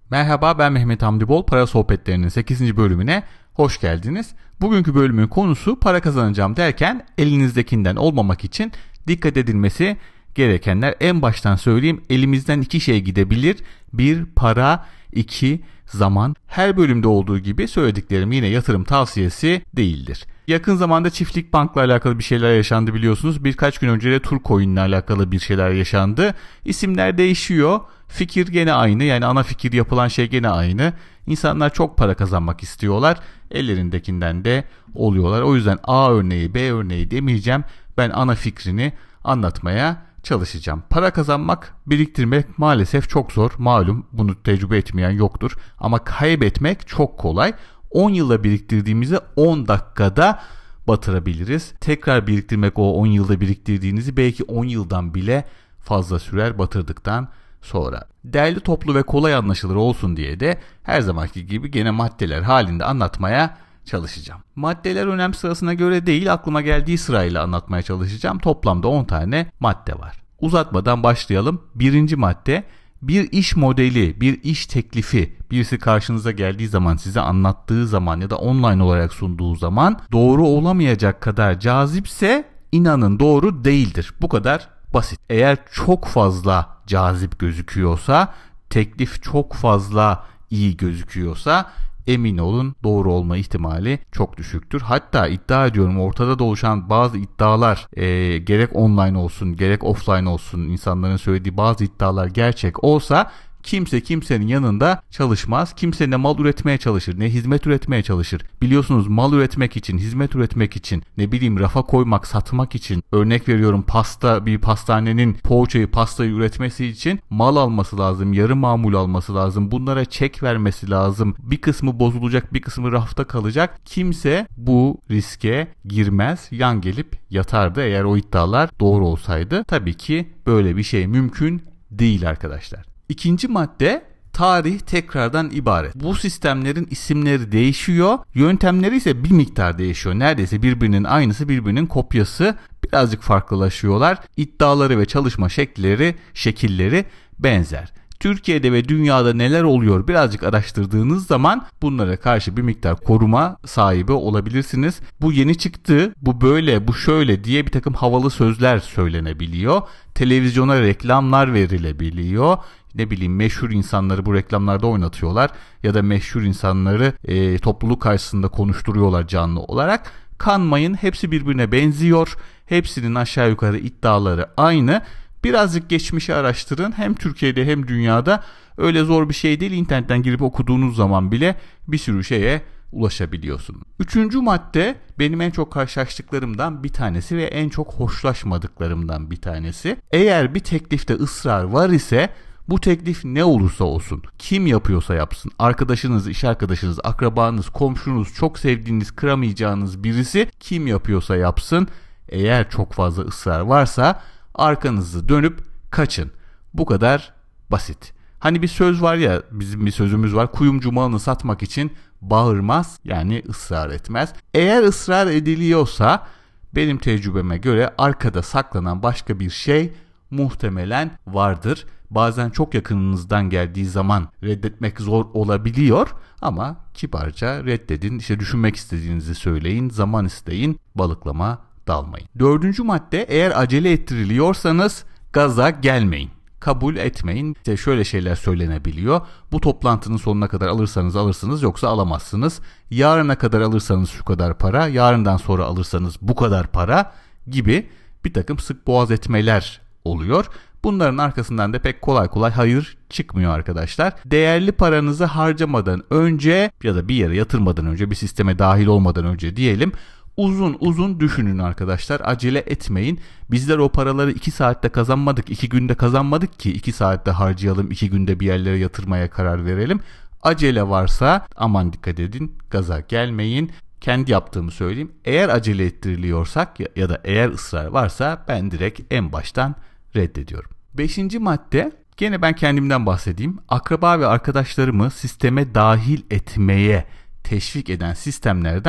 Merhaba, ben Mehmet Hamdi Bol. Para Sohbetleri'nin 8. bölümüne hoş geldiniz. Bugünkü bölümün konusu para kazanacağım derken elinizdekinden olmamak için dikkat edilmesi gerekenler. En baştan söyleyeyim, elimizden iki şey gidebilir. Bir, para; iki, zaman. Her bölümde olduğu gibi söylediklerim yine yatırım tavsiyesi değildir. Yakın zamanda Çiftlik Bank'la alakalı bir şeyler yaşandı biliyorsunuz. Birkaç gün önce de Turcoin'le alakalı bir şeyler yaşandı. İsimler değişiyor. Fikir gene aynı, yani ana fikir, yapılan şey gene aynı. İnsanlar çok para kazanmak istiyorlar. Ellerindekinden de oluyorlar. O yüzden A örneği, B örneği demeyeceğim. Ben ana fikrini anlatmaya çalışacağım. Para kazanmak, biriktirmek maalesef çok zor. Malum, bunu tecrübe etmeyen yoktur. Ama kaybetmek çok kolay. 10 yılda biriktirdiğimizi 10 dakikada batırabiliriz. Tekrar biriktirmek o 10 yılda biriktirdiğinizi belki 10 yıldan bile fazla sürer batırdıktan sonra. Değerli, toplu ve kolay anlaşılır olsun diye de her zamanki gibi gene maddeler halinde anlatmaya çalışacağım. Maddeler önem sırasına göre değil, aklıma geldiği sırayla anlatmaya çalışacağım. Toplamda 10 tane madde var. Uzatmadan başlayalım. Birinci madde: bir iş modeli, bir iş teklifi birisi karşınıza geldiği zaman, size anlattığı zaman ya da online olarak sunduğu zaman doğru olamayacak kadar cazipse inanın doğru değildir. Bu kadar basit. Eğer çok fazla cazip gözüküyorsa, teklif çok fazla iyi gözüküyorsa emin olun doğru olma ihtimali çok düşüktür. Hatta iddia ediyorum, ortada da oluşan bazı iddialar gerek online olsun gerek offline olsun, insanların söylediği bazı iddialar gerçek olsa kimse kimsenin yanında çalışmaz. Kimse ne mal üretmeye çalışır ne hizmet üretmeye çalışır. Biliyorsunuz, mal üretmek için, hizmet üretmek için, ne bileyim rafa koymak, satmak için, örnek veriyorum bir pastanenin poğaçayı, pastayı üretmesi için mal alması lazım, yarı mamul alması lazım, bunlara çek vermesi lazım. Bir kısmı bozulacak, bir kısmı rafta kalacak. Kimse bu riske girmez, yan gelip yatardı eğer o iddialar doğru olsaydı. Tabii ki böyle bir şey mümkün değil arkadaşlar. İkinci madde: tarih tekrardan ibaret. Bu sistemlerin isimleri değişiyor, yöntemleri ise bir miktar değişiyor. Neredeyse birbirinin aynısı, birbirinin kopyası. Birazcık farklılaşıyorlar. İddiaları ve çalışma şekilleri benzer. Türkiye'de ve dünyada neler oluyor birazcık araştırdığınız zaman bunlara karşı bir miktar koruma sahibi olabilirsiniz. Bu yeni çıktı, bu böyle, bu şöyle diye bir takım havalı sözler söylenebiliyor. Televizyona reklamlar verilebiliyor. Ne bileyim, meşhur insanları bu reklamlarda oynatıyorlar ya da meşhur insanları topluluk karşısında konuşturuyorlar canlı olarak. Kanmayın, hepsi birbirine benziyor. Hepsinin aşağı yukarı iddiaları aynı. Birazcık geçmişi araştırın. Hem Türkiye'de hem dünyada öyle zor bir şey değil. İnternetten girip okuduğunuz zaman bile bir sürü şeye ulaşabiliyorsun. Üçüncü madde benim en çok karşılaştıklarımdan bir tanesi ve en çok hoşlaşmadıklarımdan bir tanesi. Eğer bir teklifte ısrar var ise, bu teklif ne olursa olsun, kim yapıyorsa yapsın, arkadaşınız, iş arkadaşınız, akrabanız, komşunuz, çok sevdiğiniz, kıramayacağınız birisi kim yapıyorsa yapsın, eğer çok fazla ısrar varsa arkanızı dönüp kaçın. Bu kadar basit. Hani bir söz var ya, bizim bir sözümüz var: kuyumcu malını satmak için bağırmaz, yani ısrar etmez. Eğer ısrar ediliyorsa benim tecrübeme göre arkada saklanan başka bir şey muhtemelen vardır. Bazen çok yakınınızdan geldiği zaman reddetmek zor olabiliyor ama kibarca reddedin. İşte düşünmek istediğinizi söyleyin, zaman isteyin, balıklama dalmayın. Dördüncü madde: eğer acele ettiriliyorsanız gaza gelmeyin. Kabul etmeyin. İşte şöyle şeyler söylenebiliyor: bu toplantının sonuna kadar alırsanız alırsınız, yoksa alamazsınız. Yarına kadar alırsanız şu kadar para, yarından sonra alırsanız bu kadar para gibi bir takım sık boğaz etmeler oluyor. Bunların arkasından da pek kolay kolay hayır çıkmıyor arkadaşlar. Değerli paranızı harcamadan önce ya da bir yere yatırmadan önce, bir sisteme dahil olmadan önce diyelim, uzun uzun düşünün arkadaşlar. Acele etmeyin. Bizler o paraları 2 saatte kazanmadık, 2 günde kazanmadık ki 2 saatte harcayalım, 2 günde bir yerlere yatırmaya karar verelim. Acele varsa aman dikkat edin, gaza gelmeyin. Kendi yaptığımı söyleyeyim: eğer acele ettiriliyorsak ya da eğer ısrar varsa ben direkt en baştan reddediyorum. 5. madde: gene ben kendimden bahsedeyim. Akraba ve arkadaşlarımı sisteme dahil etmeye teşvik eden sistemlerden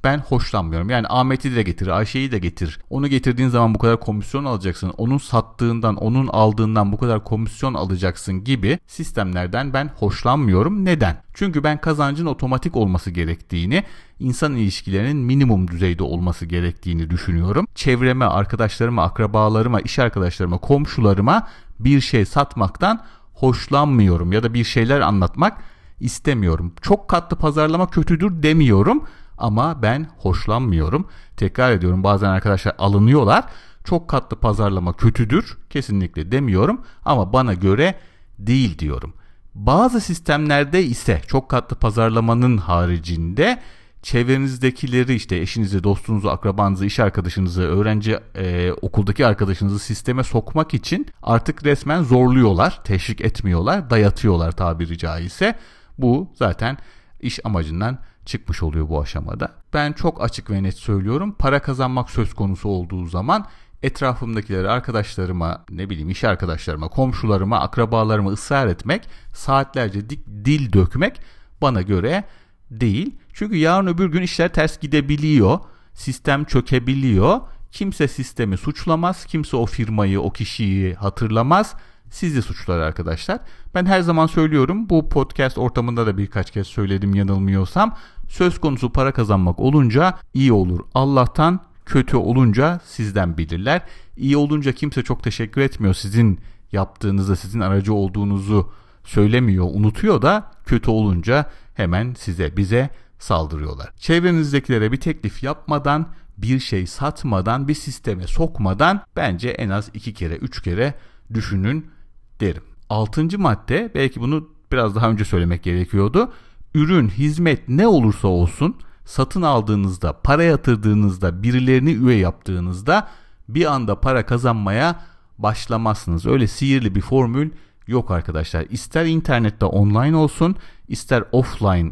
ben hoşlanmıyorum. Yani Ahmet'i de getir, Ayşe'yi de getir. Onu getirdiğin zaman bu kadar komisyon alacaksın. Onun sattığından, onun aldığından bu kadar komisyon alacaksın gibi sistemlerden ben hoşlanmıyorum. Neden? Çünkü ben kazancın otomatik olması gerektiğini, insan ilişkilerinin minimum düzeyde olması gerektiğini düşünüyorum. Çevreme, arkadaşlarıma, akrabalarıma, iş arkadaşlarıma, komşularıma bir şey satmaktan hoşlanmıyorum ya da bir şeyler anlatmak istemiyorum. Çok katlı pazarlama kötüdür demiyorum ama ben hoşlanmıyorum. Tekrar ediyorum, bazen arkadaşlar alınıyorlar. Çok katlı pazarlama kötüdür kesinlikle demiyorum ama bana göre değil diyorum. Bazı sistemlerde ise çok katlı pazarlamanın haricinde çevrenizdekileri, işte eşinizi, dostunuzu, akrabanızı, iş arkadaşınızı, öğrenci okuldaki arkadaşınızı sisteme sokmak için artık resmen zorluyorlar, teşvik etmiyorlar, dayatıyorlar tabiri caizse. Bu zaten iş amacından çıkmış oluyor bu aşamada. Ben çok açık ve net söylüyorum. Para kazanmak söz konusu olduğu zaman etrafımdakileri, arkadaşlarıma, iş arkadaşlarıma, komşularıma, akrabalarıma ısrar etmek, saatlerce dil dökmek bana göre değil. Çünkü yarın öbür gün işler ters gidebiliyor. Sistem çökebiliyor. Kimse sistemi suçlamaz. Kimse o firmayı, o kişiyi hatırlamaz. Sizi suçlar arkadaşlar. Ben her zaman söylüyorum. Bu podcast ortamında da birkaç kez söyledim yanılmıyorsam. Söz konusu para kazanmak olunca iyi olur Allah'tan, kötü olunca sizden bilirler. İyi olunca kimse çok teşekkür etmiyor. Sizin yaptığınızda, sizin aracı olduğunuzu söylemiyor, unutuyor da kötü olunca hemen bize saldırıyorlar. Çevrenizdekilere bir teklif yapmadan, bir şey satmadan, bir sisteme sokmadan bence en az 2 kere 3 kere düşünün derim. 6. madde, belki bunu biraz daha önce söylemek gerekiyordu. Ürün, hizmet ne olursa olsun satın aldığınızda, para yatırdığınızda, birilerini üye yaptığınızda bir anda para kazanmaya başlamazsınız. Öyle sihirli bir formül yok arkadaşlar. İster internette online olsun, ister offline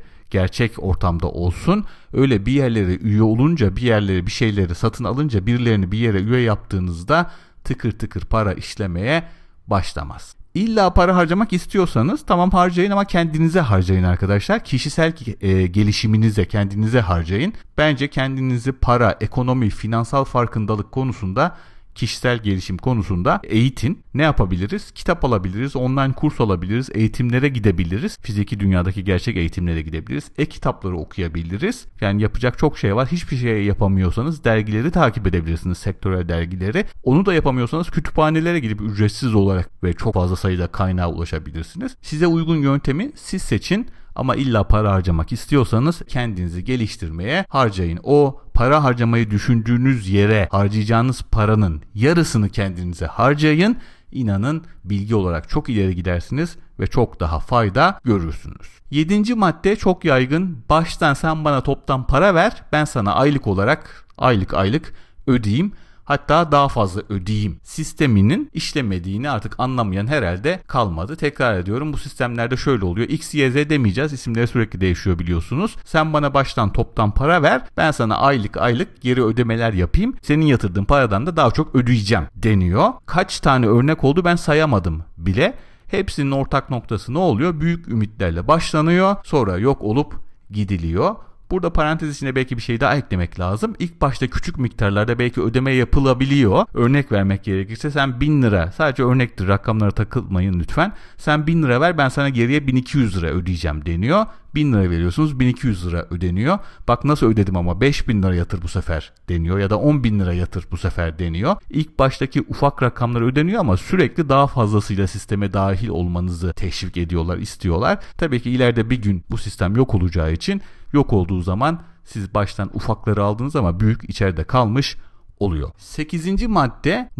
gerçek ortamda olsun. Öyle bir yerlere üye olunca, bir şeyleri satın alınca, birilerini bir yere üye yaptığınızda tıkır tıkır para işlemeye başlamaz. İlla para harcamak istiyorsanız tamam harcayın ama kendinize harcayın arkadaşlar. Kişisel gelişiminize, kendinize harcayın. Bence kendinizi para, ekonomi, finansal farkındalık konusunda, kişisel gelişim konusunda eğitin. Ne yapabiliriz? Kitap alabiliriz, online kurs alabiliriz, eğitimlere gidebiliriz. Fiziki dünyadaki gerçek eğitimlere gidebiliriz. E-kitapları okuyabiliriz. Yani yapacak çok şey var. Hiçbir şey yapamıyorsanız dergileri takip edebilirsiniz, sektörel dergileri. Onu da yapamıyorsanız kütüphanelere gidip ücretsiz olarak ve çok fazla sayıda kaynağa ulaşabilirsiniz. Size uygun yöntemi siz seçin. Ama illa para harcamak istiyorsanız kendinizi geliştirmeye harcayın. O para harcamayı düşündüğünüz yere harcayacağınız paranın yarısını kendinize harcayın. İnanın bilgi olarak çok ileri gidersiniz ve çok daha fayda görürsünüz. 7. madde çok yaygın. Baştan sen bana toptan para ver, ben sana aylık olarak aylık ödeyeyim. Hatta daha fazla ödeyeyim sisteminin işlemediğini artık anlamayan herhalde kalmadı. Tekrar ediyorum, bu sistemlerde şöyle oluyor. X, Y, Z demeyeceğiz. İsimleri sürekli değişiyor biliyorsunuz. Sen bana baştan toptan para ver. Ben sana aylık geri ödemeler yapayım. Senin yatırdığın paradan da daha çok ödeyeceğim deniyor. Kaç tane örnek oldu ben sayamadım bile. Hepsinin ortak noktası ne oluyor? Büyük ümitlerle başlanıyor. Sonra yok olup gidiliyor. Burada parantez içine belki bir şey daha eklemek lazım. İlk başta küçük miktarlarda belki ödeme yapılabiliyor. Örnek vermek gerekirse sen 1000 lira, sadece örnektir, rakamlara takılmayın lütfen. Sen 1000 lira ver, ben sana geriye 1200 lira ödeyeceğim deniyor. 1000 lira veriyorsunuz, 1200 lira ödeniyor. Bak nasıl ödedim ama 5000 lira yatır bu sefer deniyor ya da 10.000 lira yatır bu sefer deniyor. İlk baştaki ufak rakamlar ödeniyor ama sürekli daha fazlasıyla sisteme dahil olmanızı teşvik ediyorlar, istiyorlar. Tabii ki ileride bir gün bu sistem yok olacağı için, yok olduğu zaman siz baştan ufakları aldınız ama büyük içeride kalmış oluyor. 8. madde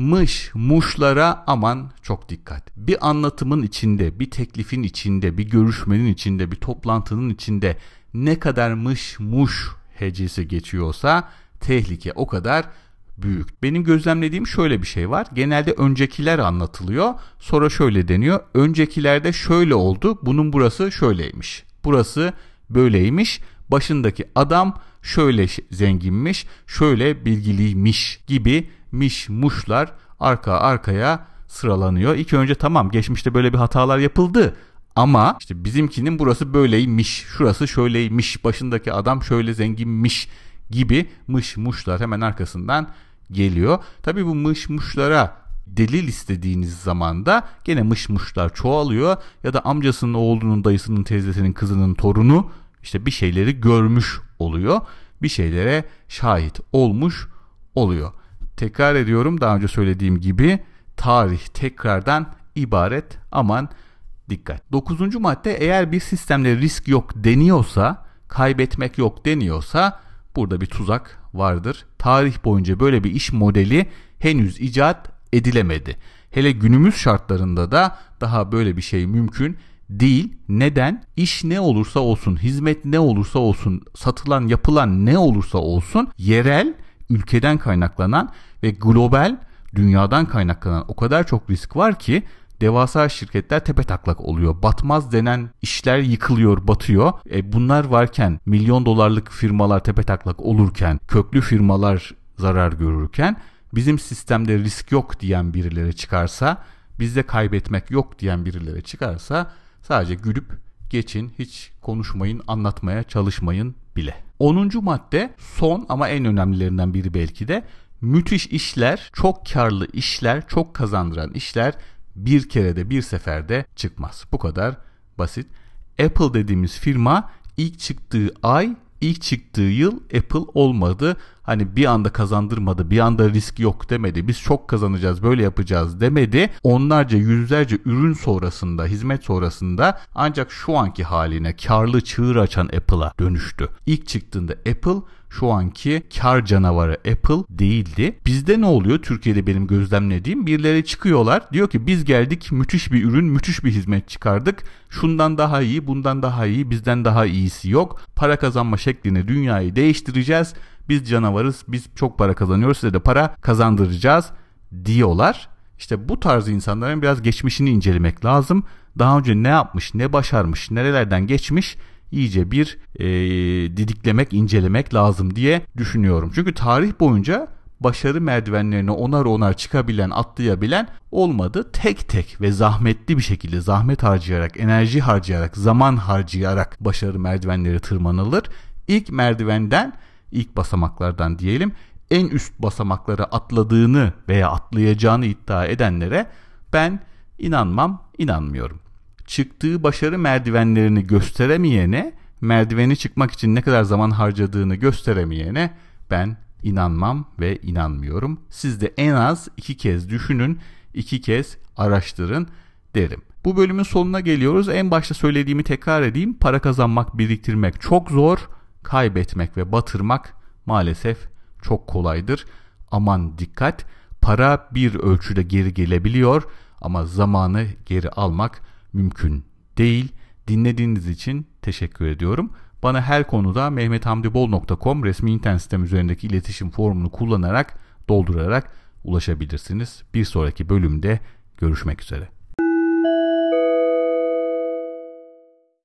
muşlara aman çok dikkat. Bir anlatımın içinde, bir teklifin içinde, bir görüşmenin içinde, bir toplantının içinde ne kadar muş hecesi geçiyorsa tehlike o kadar büyük. Benim gözlemlediğim şöyle bir şey var. Genelde öncekiler anlatılıyor. Sonra şöyle deniyor. Öncekilerde şöyle oldu. Bunun burası şöyleymiş. Burası böyleymiş. Başındaki adam şöyle zenginmiş, şöyle bilgiliymiş gibi muşlar arka arkaya sıralanıyor. İlk önce tamam, geçmişte böyle bir hatalar yapıldı Ama işte bizimkinin burası böyleymiş, şurası şöyleymiş, başındaki adam şöyle zenginmiş gibi mış muşlar hemen arkasından geliyor. Tabii bu mış muşlara delil istediğiniz zaman da gene mış muşlar çoğalıyor. Ya da amcasının oğlunun, dayısının, teyzesinin, kızının torunu işte bir şeyleri görmüş oluyor. Bir şeylere şahit olmuş oluyor. Tekrar ediyorum, daha önce söylediğim gibi tarih tekrardan ibaret, aman dikkat. 9. madde, eğer bir sistemde risk yok deniyorsa, kaybetmek yok deniyorsa burada bir tuzak vardır. Tarih boyunca böyle bir iş modeli henüz icat edilemedi. Hele günümüz şartlarında da daha böyle bir şey mümkün değil. Neden? İş ne olursa olsun, hizmet ne olursa olsun, satılan, yapılan ne olursa olsun yerel, ülkeden kaynaklanan ve global, dünyadan kaynaklanan o kadar çok risk var ki devasa şirketler tepetaklak oluyor. Batmaz denen işler yıkılıyor, batıyor. Bunlar varken, milyon dolarlık firmalar tepetaklak olurken, köklü firmalar zarar görürken, bizim sistemde risk yok diyen birileri çıkarsa, bizde kaybetmek yok diyen birileri çıkarsa sadece gülüp geçin, hiç konuşmayın, anlatmaya çalışmayın bile. 10. madde, son ama en önemlilerinden biri belki de, müthiş işler, çok karlı işler, çok kazandıran işler bir kerede, bir seferde çıkmaz. Bu kadar basit. Apple dediğimiz firma ilk çıktığı ay, ilk çıktığı yıl Apple olmadı. Hani bir anda kazandırmadı, bir anda risk yok demedi. Biz çok kazanacağız, böyle yapacağız demedi. Onlarca, yüzlerce ürün sonrasında, hizmet sonrasında ancak şu anki haline, karlı çığır açan Apple'a dönüştü. İlk çıktığında Apple şu anki kar canavarı Apple değildi. Bizde ne oluyor? Türkiye'de benim gözlemlediğim, birileri çıkıyorlar. Diyor ki biz geldik, müthiş bir ürün, müthiş bir hizmet çıkardık. Şundan daha iyi, bundan daha iyi, bizden daha iyisi yok. Para kazanma şeklini, dünyayı değiştireceğiz. Biz canavarız, biz çok para kazanıyoruz, size de para kazandıracağız diyorlar. İşte bu tarz insanların biraz geçmişini incelemek lazım. Daha önce ne yapmış, ne başarmış, nerelerden geçmiş, iyice bir didiklemek, incelemek lazım diye düşünüyorum. Çünkü tarih boyunca başarı merdivenlerine onar onar çıkabilen, atlayabilen olmadı. Tek tek ve zahmetli bir şekilde, zahmet harcayarak, enerji harcayarak, zaman harcayarak başarı merdivenleri tırmanılır. İlk merdivenden, ilk basamaklardan diyelim, en üst basamaklara atladığını veya atlayacağını iddia edenlere ben inanmıyorum. Çıktığı başarı merdivenlerini gösteremeyene, merdiveni çıkmak için ne kadar zaman harcadığını gösteremeyene ben inanmam ve inanmıyorum. Siz de en az 2 kez düşünün, 2 kez araştırın derim. Bu bölümün sonuna geliyoruz. En başta söylediğimi tekrar edeyim. Para kazanmak, biriktirmek çok zor. Kaybetmek ve batırmak maalesef çok kolaydır. Aman dikkat. Para bir ölçüde geri gelebiliyor ama zamanı geri almak mümkün değil. Dinlediğiniz için teşekkür ediyorum. Bana her konuda mehmethamdibol.com resmi internet sitem üzerindeki iletişim formunu kullanarak, doldurarak ulaşabilirsiniz. Bir sonraki bölümde görüşmek üzere.